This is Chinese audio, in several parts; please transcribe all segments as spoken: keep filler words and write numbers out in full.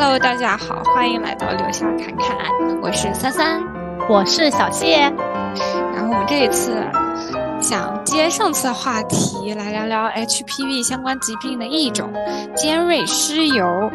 Hello， 大家好，欢迎来到留下看看，我是三三， 我是小谢。 然后我们这一次想接上次的话题来聊聊 H P V 相关疾病的一种尖锐湿疣。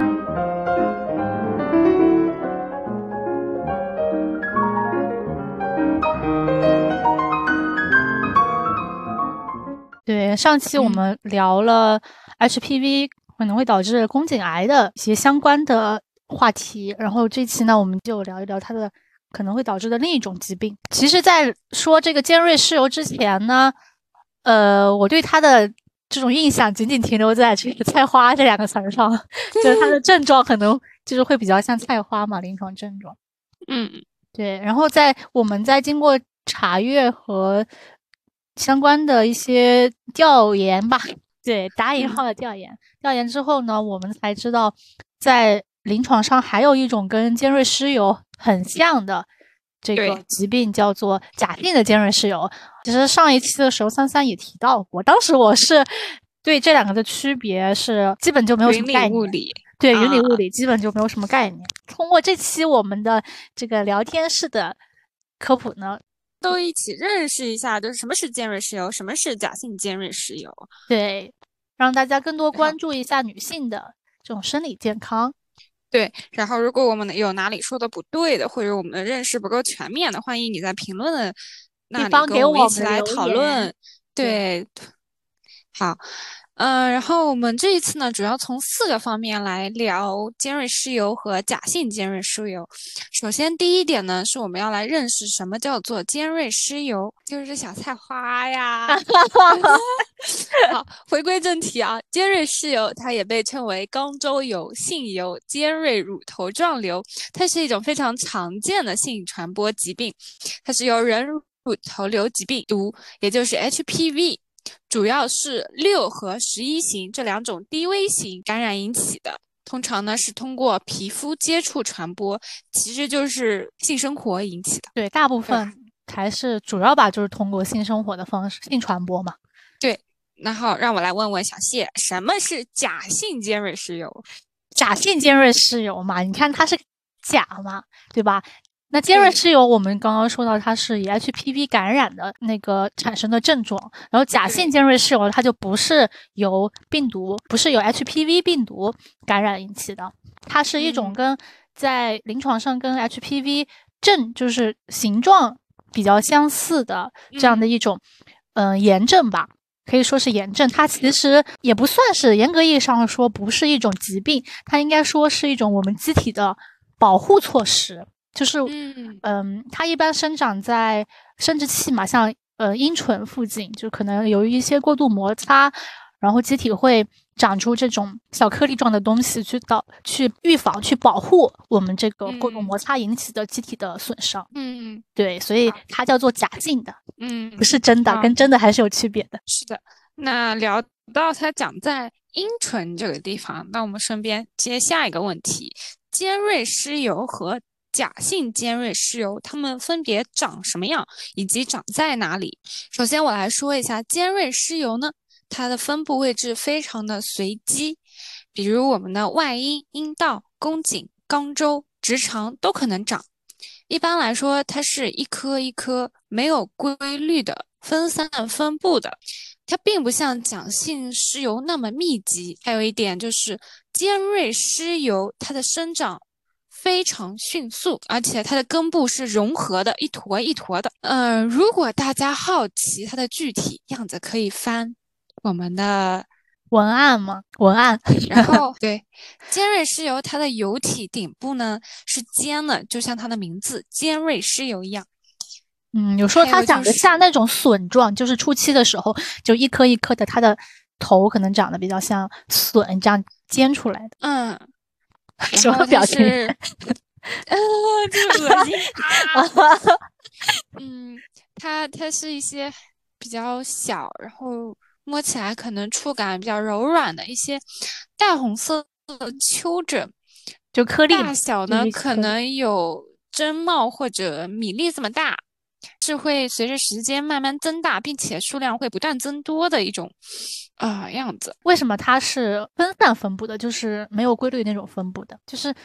对，上期我们聊了 H P V 可能会导致宫颈癌的一些相关的话题，然后这期呢，我们就聊一聊它的可能会导致的另一种疾病。其实在说这个尖锐湿疣之前呢，呃，我对它的这种印象仅仅停留在这个菜花这两个词儿上，就是它的症状可能就是会比较像菜花嘛，临床症状。 嗯， 对，然后在我们在经过查阅和相关的一些调研吧，对，打引号的调研、嗯、调研之后呢，我们才知道在临床上还有一种跟尖锐湿疣很像的这个疾病，叫做假性的尖锐湿疣。其实上一期的时候三三也提到过，当时我是对这两个的区别是基本就没有什么概念， 云里雾里， 对，云里雾里、啊、基本就没有什么概念。通过这期我们的这个聊天室的科普呢， 都一起认识一下，就是什么是尖锐湿疣，什么是假性尖锐湿疣。 对，让大家更多关注一下女性的这种生理健康。 对，然后如果我们有哪里说的不对的，或者我们的认识不够全面的，欢迎你在评论的那里跟我们一起来讨论。对，好。呃，然后我们这一次呢，主要从四个方面来聊尖锐湿疣和假性尖锐湿疣。首先，第一点呢，是我们要来认识什么叫做尖锐湿疣，就是小菜花呀。好，回归正题啊，尖锐湿疣它也被称为肛周疣、性疣、尖锐乳头状瘤，它是一种非常常见的性传播疾病，它是由人乳头瘤疾病毒，也就是 H P V。主要是六和十一型这两种低危型感染引起的，通常呢是通过皮肤接触传播，其实就是性生活引起的。 对，大部分还是主要吧，就是通过性生活的方式性传播嘛。 对，然后让我来问问小谢，什么是假性尖锐湿疣？ 假性尖锐湿疣嘛，你看它是假嘛，对吧？那尖锐湿疣我们刚刚说到它是以 H P V 感染的那个产生的症状，然后假性尖锐湿疣它就不是由病毒不是由 H P V 病毒感染引起的，它是一种跟在临床上跟 H P V 症就是形状比较相似的这样的一种嗯、呃、炎症吧，可以说是炎症。它其实也不算是严格意义上说不是一种疾病，它应该说是一种我们机体的保护措施。就是嗯、呃，它一般生长在生殖器嘛，像呃阴唇附近，就可能由于一些过度摩擦，然后机体会长出这种小颗粒状的东西，去导去预防、去保护我们这个过度摩擦引起的机体的损伤。 嗯， 对，所以它叫做假性的， 嗯， 不是真的， 啊、 跟真的还是有区别的。 是的，那聊到它长在阴唇这个地方，那我们顺便接下一个问题：尖锐湿疣和假性尖锐湿疣，它们分别长什么样，以及长在哪里？首先，我来说一下尖锐湿疣呢，它的分布位置非常的随机，比如我们的外阴、阴道、宫颈、肛周、直肠都可能长。一般来说，它是一颗一颗没有规律的分散分布的，它并不像假性湿疣那么密集。还有一点就是尖锐湿疣，它的生长非常迅速，而且它的根部是融合的，一坨一坨的。呃，如果大家好奇它的具体样子，可以翻我们的文案吗？文案。 然后对，尖锐湿疣它的疣体顶部呢是尖的，就像它的名字尖锐湿疣一样。 嗯，有时候它长得像那种笋状，就是初期的时候就一颗一颗的，它的头可能长得比较像笋这样尖出来的。 嗯。 什么表情？ 呃，这么恶心啊！嗯，它它是一些比较小，然后摸起来可能触感比较柔软的一些淡红色的丘疹， 就颗粒大小呢可能有针帽或者米粒这么大，是会随着时间慢慢增大，并且数量会不断增多的一种啊、呃、样子。 为什么它是分散分布的，就是没有规律那种分布的？就是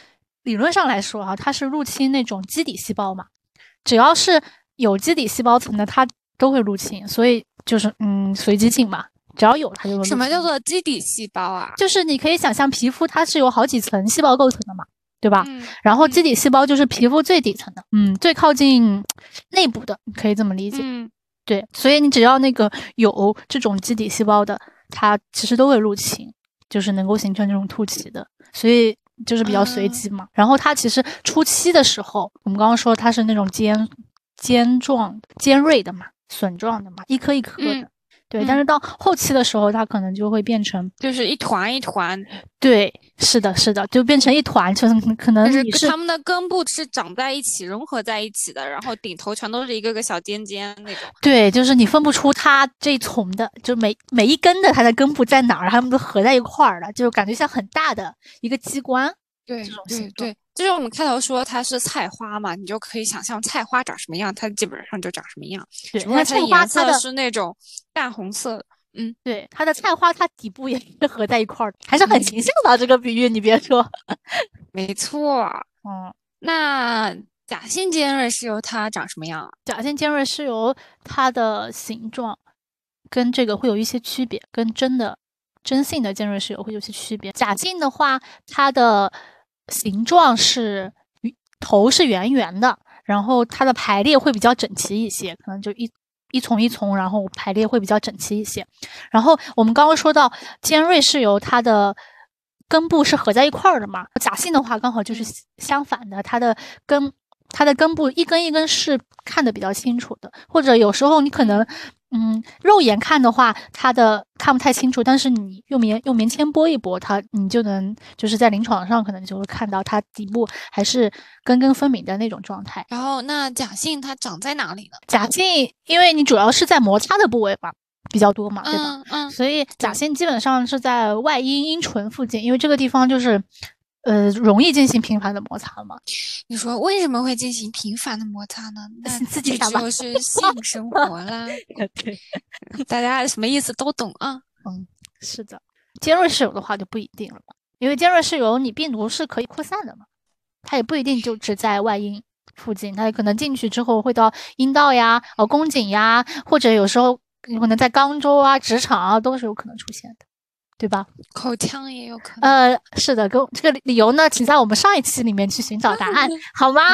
理论上来说啊，它是入侵那种基底细胞嘛，只要是有基底细胞层的，它都会入侵，所以就是嗯随机性嘛，只要有它就会入侵。 什么叫做基底细胞啊？ 就是你可以想象皮肤它是由好几层细胞构成的嘛，对吧？ 嗯、 然后基底细胞就是皮肤最底层的，嗯，最靠近内部的，可以这么理解。 嗯， 对，所以你只要那个有这种基底细胞的，它其实都会入侵，就是能够形成这种突起的，所以就是比较随机嘛。嗯、然后它其实初期的时候，我们刚刚说它是那种尖尖状、尖锐的嘛，笋状的嘛，一颗一颗的。嗯对， 嗯、 但是到后期的时候，它可能就会变成， 就是一团一团。 对，是的，是的，就变成一团，就是可能你是它们的根部是长在一起、融合在一起的，然后顶头全都是一个个小尖尖那种。 对，就是你分不出它这一丛的，就每每一根的它的根部在哪儿，它们都合在一块儿了，就感觉像很大的一个机关。 对，这种形状。对，就是我们开头说它是菜花嘛，你就可以想象菜花长什么样，它基本上就长什么样。 对， 只不过它的颜色是那种淡红色的。嗯， 对，它的菜花它底部也是合在一块儿，还是很形象的、嗯、这个比喻，你别说。 没错。 嗯， 那假性尖锐湿疣它长什么样啊？ 假性尖锐湿疣它的形状跟这个会有一些区别，跟真的真性的尖锐湿疣会有些区别。假性的话，它的形状是头是圆圆的，然后它的排列会比较整齐一些，可能就一一丛一丛，然后排列会比较整齐一些。然后我们刚刚说到尖锐湿疣，它的根部是合在一块儿的嘛，假性的话刚好就是相反的，它的根它的根部一根一根是看得比较清楚的，或者有时候你可能嗯肉眼看的话，它的看不太清楚，但是你用棉用棉签拨一拨它，你就能就是在临床上可能就会看到它底部还是根根分明的那种状态。 然后那假性它长在哪里呢？ 假性因为你主要是在摩擦的部位吧比较多嘛，对吧？ 嗯嗯， 所以假性基本上是在外阴阴唇附近，因为这个地方就是呃容易进行频繁的摩擦嘛。 你说为什么会进行频繁的摩擦呢？那自己想吧， 就是性生活啦。 对， 大家什么意思都懂啊。 嗯，是的。尖锐湿疣的话就不一定了嘛，因为尖锐湿疣你病毒是可以扩散的嘛，它也不一定就只在外阴附近，它可能进去之后会到阴道呀、呃宫颈呀，或者有时候可能在肛周啊、直肠啊都是有可能出现的，对吧？ 口腔也有可能。 呃，是的，跟这个理由呢，请在我们上一期里面去寻找答案，好吗？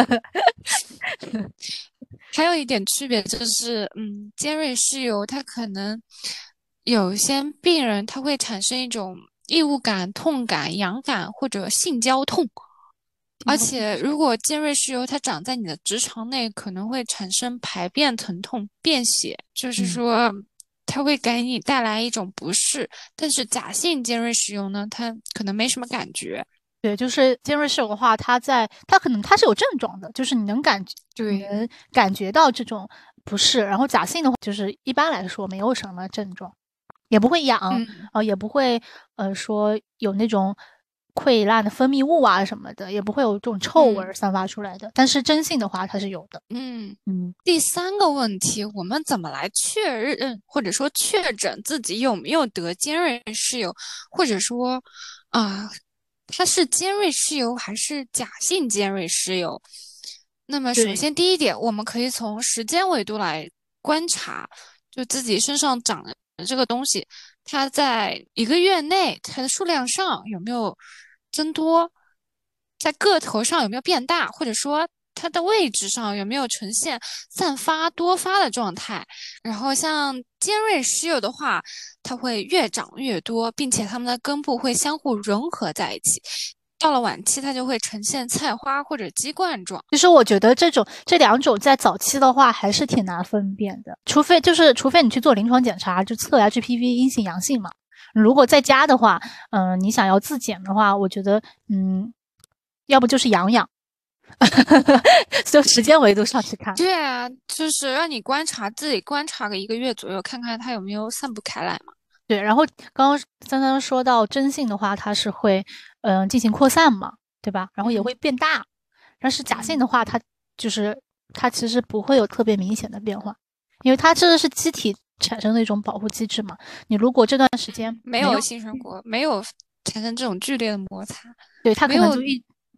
还有一点区别就是，嗯，尖锐湿疣它可能有些病人他会产生一种异物感、痛感、痒感或者性交痛。而且，如果尖锐湿疣它长在你的直肠内，可能会产生排便疼痛、便血，就是说它会给你带来一种不适。但是假性尖锐湿疣呢，它可能没什么感觉。 对，就是尖锐湿疣的话，它在它可能它是有症状的，就是你能感对你能感觉到这种不适。然后假性的话，就是一般来说没有什么症状，也不会痒， 嗯、 呃，也不会呃说有那种溃烂的分泌物啊什么的，也不会有这种臭味散发出来的。嗯、但是真性的话，它是有的。 嗯嗯。 第三个问题，我们怎么来确认或者说确诊自己有没有得尖锐湿疣，或者说啊？呃它是尖锐湿疣还是假性尖锐湿疣？那么首先第一点，我们可以从时间维度来观察，就自己身上长的这个东西，它在一个月内它的数量上有没有增多，在个头上有没有变大，或者说它的位置上有没有呈现散发多发的状态。然后像尖锐湿疣的话，它会越长越多，并且它们的根部会相互融合在一起。到了晚期，它就会呈现菜花或者鸡冠状。 其实我觉得这种这两种在早期的话还是挺难分辨的，除非就是除非你去做临床检查，就测 H P V 阴性阳性嘛。如果在家的话，嗯、呃，你想要自检的话，我觉得嗯，要不就是痒痒。就时间维度上去看， 对啊，就是让你观察自己观察个一个月左右，看看它有没有散布开来嘛。 对，然后刚刚三三说到真性的话，它是会嗯、呃、进行扩散嘛，对吧？然后也会变大，但是假性的话，它就是它其实不会有特别明显的变化，因为它这个是机体产生的一种保护机制嘛。你如果这段时间没有性生活，没有产生这种剧烈的摩擦， 对它可能就一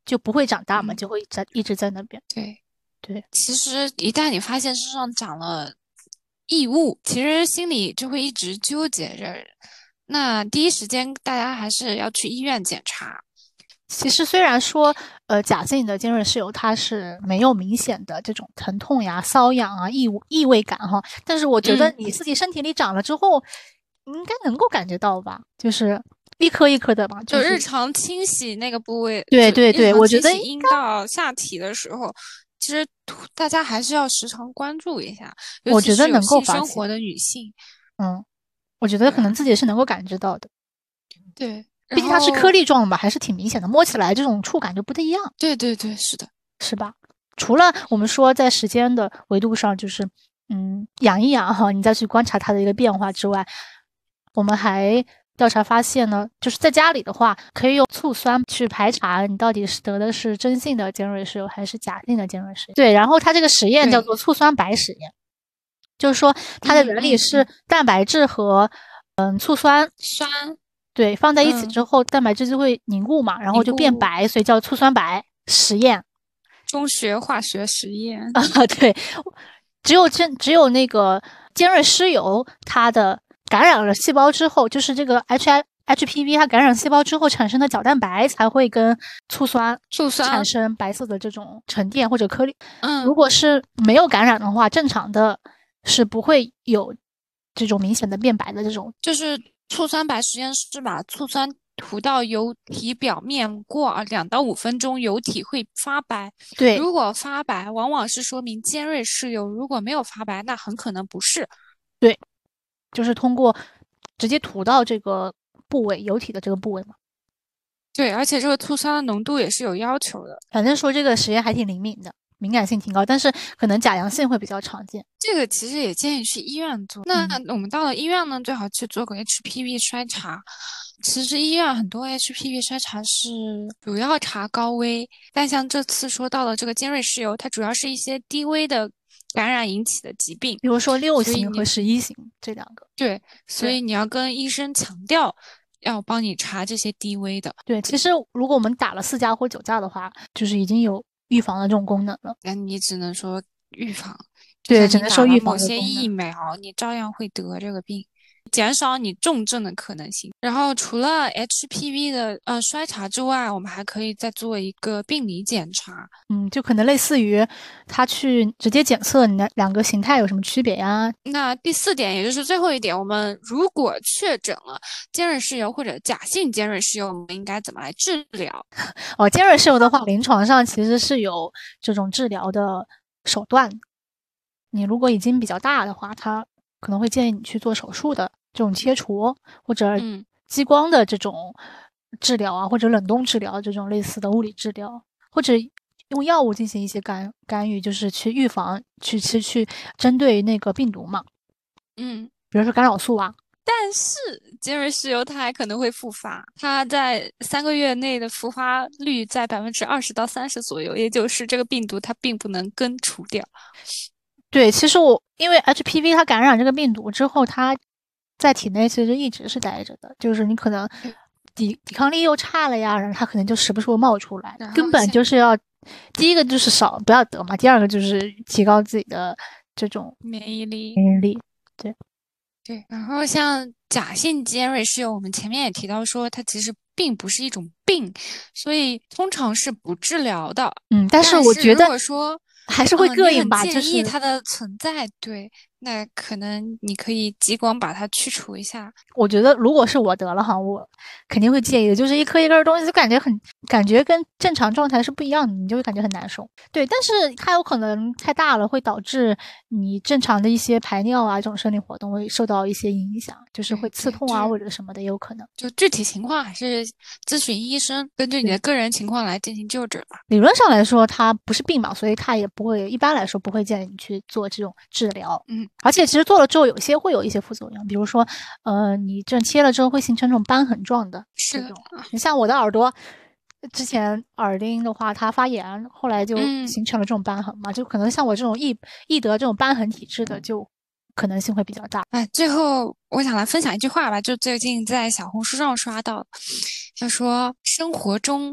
就不会长大嘛， 嗯、 就会在一直在那边。 对对， 其实一旦你发现身上长了异物，其实心里就会一直纠结着。那第一时间大家还是要去医院检查。 其实虽然说，呃，假性的尖锐湿疣它是没有明显的这种疼痛呀、瘙痒啊、异异味感哈，但是我觉得你自己身体里长了之后，嗯、应该能够感觉到吧？就是一颗一颗的嘛， 就是日常清洗那个部位， 对对对，我觉得阴道、下体的时候，其实大家还是要时常关注一下， 我觉得能够性生活的女性， 嗯，我觉得可能自己是能够感知到的。 对。 毕竟它是颗粒状嘛，还是挺明显的，摸起来这种触感就不太一样。 对对对，是的， 是吧？除了我们说在时间的维度上，就是嗯养一养哈，你再去观察它的一个变化之外，我们还调查发现呢，就是在家里的话，可以用醋酸去排查你到底是得的是真性的尖锐湿疣还是假性的尖锐湿疣。对，然后它这个实验叫做醋酸白实验，就是说它的原理是蛋白质和嗯醋酸酸。 对，放在一起之后，嗯、蛋白质就会凝固嘛，然后就变白，所以叫醋酸白实验。 中学化学实验啊，对，只有真只有那个尖锐湿疣，它的感染了细胞之后，就是这个 H I H P V 它感染细胞之后产生的角蛋白才会跟醋酸醋酸产生白色的这种沉淀或者颗粒。 嗯， 如果是没有感染的话，正常的是不会有这种明显的变白的这种， 就是。醋酸白实验室把醋酸涂到油体表面，过两到五分钟，油体会发白。 对， 如果发白，往往是说明尖锐湿疣；如果没有发白，那很可能不是。 对，就是通过直接涂到这个部位，油体的这个部位嘛。 对，而且这个醋酸的浓度也是有要求的。 反正说这个实验还挺灵敏的。敏感性挺高，但是可能假阳性会比较常见。 这个其实也建议去医院做。那我们到了医院呢，最好去做个 H P V 筛查。其实医院很多 H P V 筛查是主要查高危，但像这次说到的这个尖锐湿疣，它主要是一些低危的感染引起的疾病， 比如说六型和十一型这两个。 对，所以你要跟医生强调，要帮你查这些低危的。 对，其实如果我们打了四价或九价的话，就是已经有预防的这种功能了。 那你只能说预防， 对，只能说预防某些疫苗，你照样会得这个病，减少你重症的可能性。然后除了 H P V 的呃筛查之外，我们还可以再做一个病理检查。 嗯，就可能类似于他去直接检测你的两个形态有什么区别呀？ 那第四点，也就是最后一点，我们如果确诊了尖锐湿疣或者假性尖锐湿疣，我们应该怎么来治疗？ 哦，尖锐湿疣的话，临床上其实是有这种治疗的手段。你如果已经比较大的话，他可能会建议你去做手术的这种切除，或者激光的这种治疗啊，或者冷冻治疗这种类似的物理治疗，或者用药物进行一些干干预，就是去预防，去去去针对那个病毒嘛。 嗯， 比如说干扰素啊。 但是尖锐湿疣它还可能会复发，它在三个月内的复发率在百分之二十到三十左右，也就是这个病毒它并不能根除掉。 对，其实我因为 H P V 它感染这个病毒之后，它在体内其实一直是待着的，就是你可能抵抵抗力又差了呀，然后它可能就时不时会冒出来，根本就是要第一个就是少不要得嘛，第二个就是提高自己的这种免疫力。 免疫力，对对。然后像假性尖锐湿疣，我们前面也提到说，它其实并不是一种病，所以通常是不治疗的。 嗯，但是我觉得如果说还是会膈应吧， 就是建议它的存在，对，那可能你可以激光把它去除一下。 我觉得如果是我得了哈，我肯定会介意的，就是一颗一颗的东西，就感觉很感觉跟正常状态是不一样的，你就会感觉很难受。对，但是它有可能太大了，会导致你正常的一些排尿啊这种生理活动会受到一些影响，就是会刺痛啊或者什么的也有可能。 就具体情况还是咨询医生，根据你的个人情况来进行就诊吧。 理论上来说，它不是病嘛，所以它也不会，一般来说不会建议你去做这种治疗。 嗯， 而且其实做了之后，有些会有一些副作用，比如说，呃，你这切了之后会形成这种瘢痕状的这种。你像我的耳朵，之前耳钉的话，它发炎，后来就形成了这种瘢痕嘛，嗯、就可能像我这种易易得这种瘢痕体质的，就可能性会比较大。 哎，最后我想来分享一句话吧，就最近在小红书上刷到，他说生活中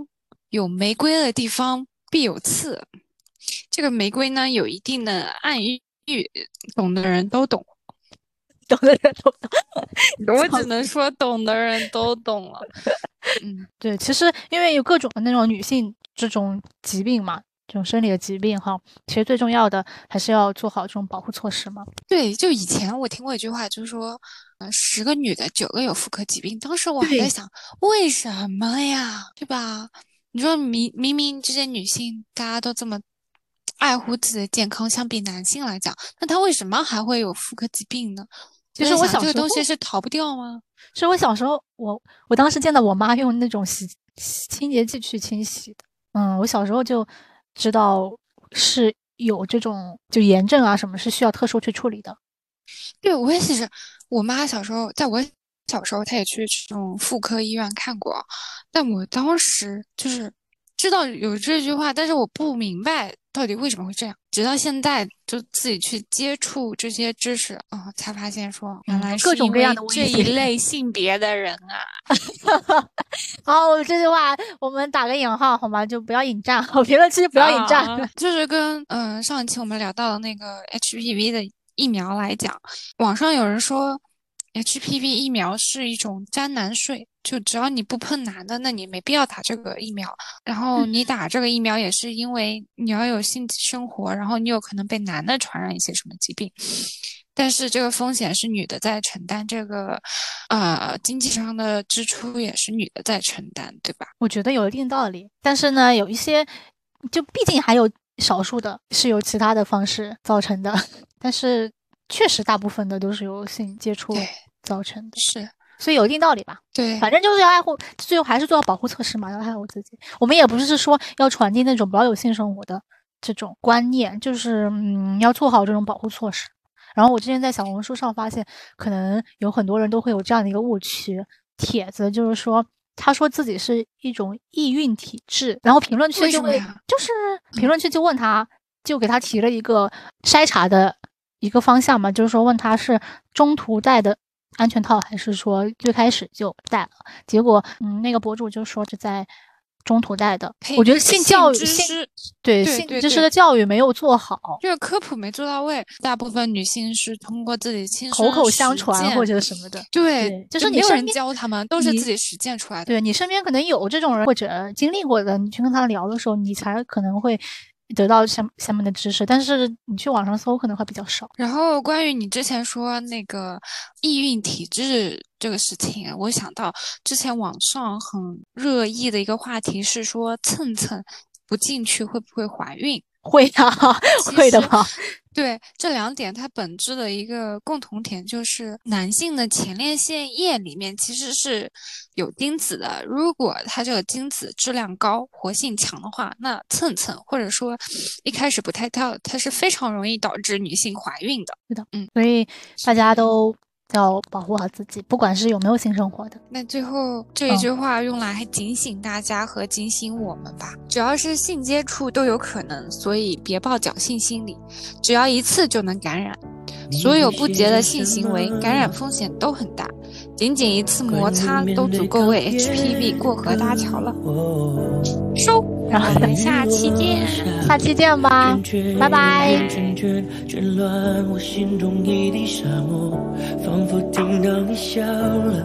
有玫瑰的地方必有刺。这个玫瑰呢，有一定的暗喻，懂的人都懂， 懂的人都懂。 我只能说懂的人都懂了。嗯， 对，其实因为有各种的那种女性这种疾病嘛，这种生理的疾病哈，其实最重要的还是要做好这种保护措施嘛。 对，就以前我听过一句话，就是说，呃，十个女的九个有妇科疾病。当时我还在想，为什么呀？对吧？你说明明明这些女性大家都这么爱护自己的健康，相比男性来讲，那她为什么还会有妇科疾病呢？ 其实我小时候这个东西是逃不掉吗？ 是我小时候，我我当时见到我妈用那种洗清洁剂去清洗的，嗯，我小时候就知道是有这种就炎症啊什么是需要特殊去处理的。 对，我也是，我妈小时候，在我小时候，她也去这种妇科医院看过，但我当时就是知道有这句话，但是我不明白到底为什么会这样。直到现在，就自己去接触这些知识啊、哦，才发现说原来是因为这一类性别的人啊。 好，这句话我们打个引号好吗？就不要引战，好，评论区不要引战。 啊、就是跟嗯、呃、上一期我们聊到的那个 H P V 的疫苗来讲，网上有人说 H P V 疫苗是一种沾男税，就只要你不碰男的，那你没必要打这个疫苗。然后你打这个疫苗也是因为你要有性生活，然后你有可能被男的传染一些什么疾病，但是这个风险是女的在承担，这个呃经济上的支出也是女的在承担，对吧？ 我觉得有一定道理，但是呢，有一些就毕竟还有少数的是由其他的方式造成的，但是确实大部分的都是由性接触造成的， 是， 所以有一定道理吧？ 对， 反正就是要爱护，最后还是做好保护措施嘛，要爱护自己。我们也不是说要传递那种不要有性生活的这种观念，就是嗯，要做好这种保护措施。然后我之前在小红书上发现，可能有很多人都会有这样的一个误区，帖子就是说，他说自己是一种易孕体质，然后评论区就会，就是评论区就问他，就给他提了一个筛查的一个方向嘛，就是说问他是中途戴的安全套还是说最开始就戴了，结果嗯，那个博主就说是在中途戴的。我觉得性教育性对性知识的教育没有做好， 这个科普没做到位。大部分女性是通过自己亲身口口相传或者什么的， 对， 就是没有人教他们，都是自己实践出来的。 对，你身边可能有这种人或者经历过的，你去跟他聊的时候，你才可能会得到下下面的知识，但是你去网上搜可能会比较少。 然后关于你之前说那个易孕体质这个事情，我想到之前网上很热议的一个话题是说蹭蹭不进去会不会怀孕？ 会的，会的吧？ 对，这两点它本质的一个共同点就是男性的前列腺液里面其实是有精子的，如果它这个精子质量高、活性强的话，那蹭蹭或者说一开始不太跳，它是非常容易导致女性怀孕的。 是的，嗯，所以大家都要保护好自己，不管是有没有性生活的。 那最后这一句话用来警醒大家和警醒我们吧，只要是性接触都有可能，所以别抱侥幸心理，只要一次就能感染。所有不洁的性行为感染风险都很大，仅仅一次摩擦都足够为 H P V 过河搭桥了。收，然后我们下期见， 下期见吧，拜拜。 卷乱我心中一地沙漠，仿佛听到你笑了，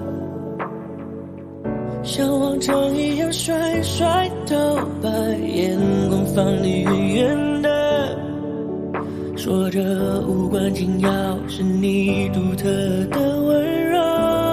像往常一样甩甩头发，眼光放得远远的，说着无关紧要，是你独特的温柔。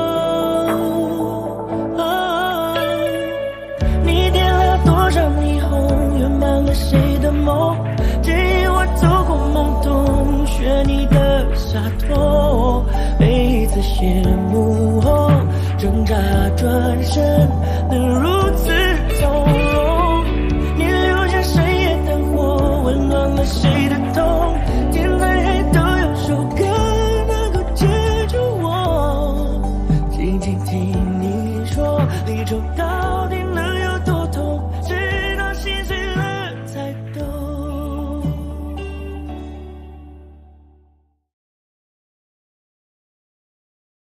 啊，你点了多少霓虹，圆满了谁的梦？指引我走过懵懂，学你的洒脱。每一次谢幕后，挣扎转身，能如此从容。你留下深夜灯火，温暖了谁的痛？天再黑都有首歌能够接住我，静静听你说离愁大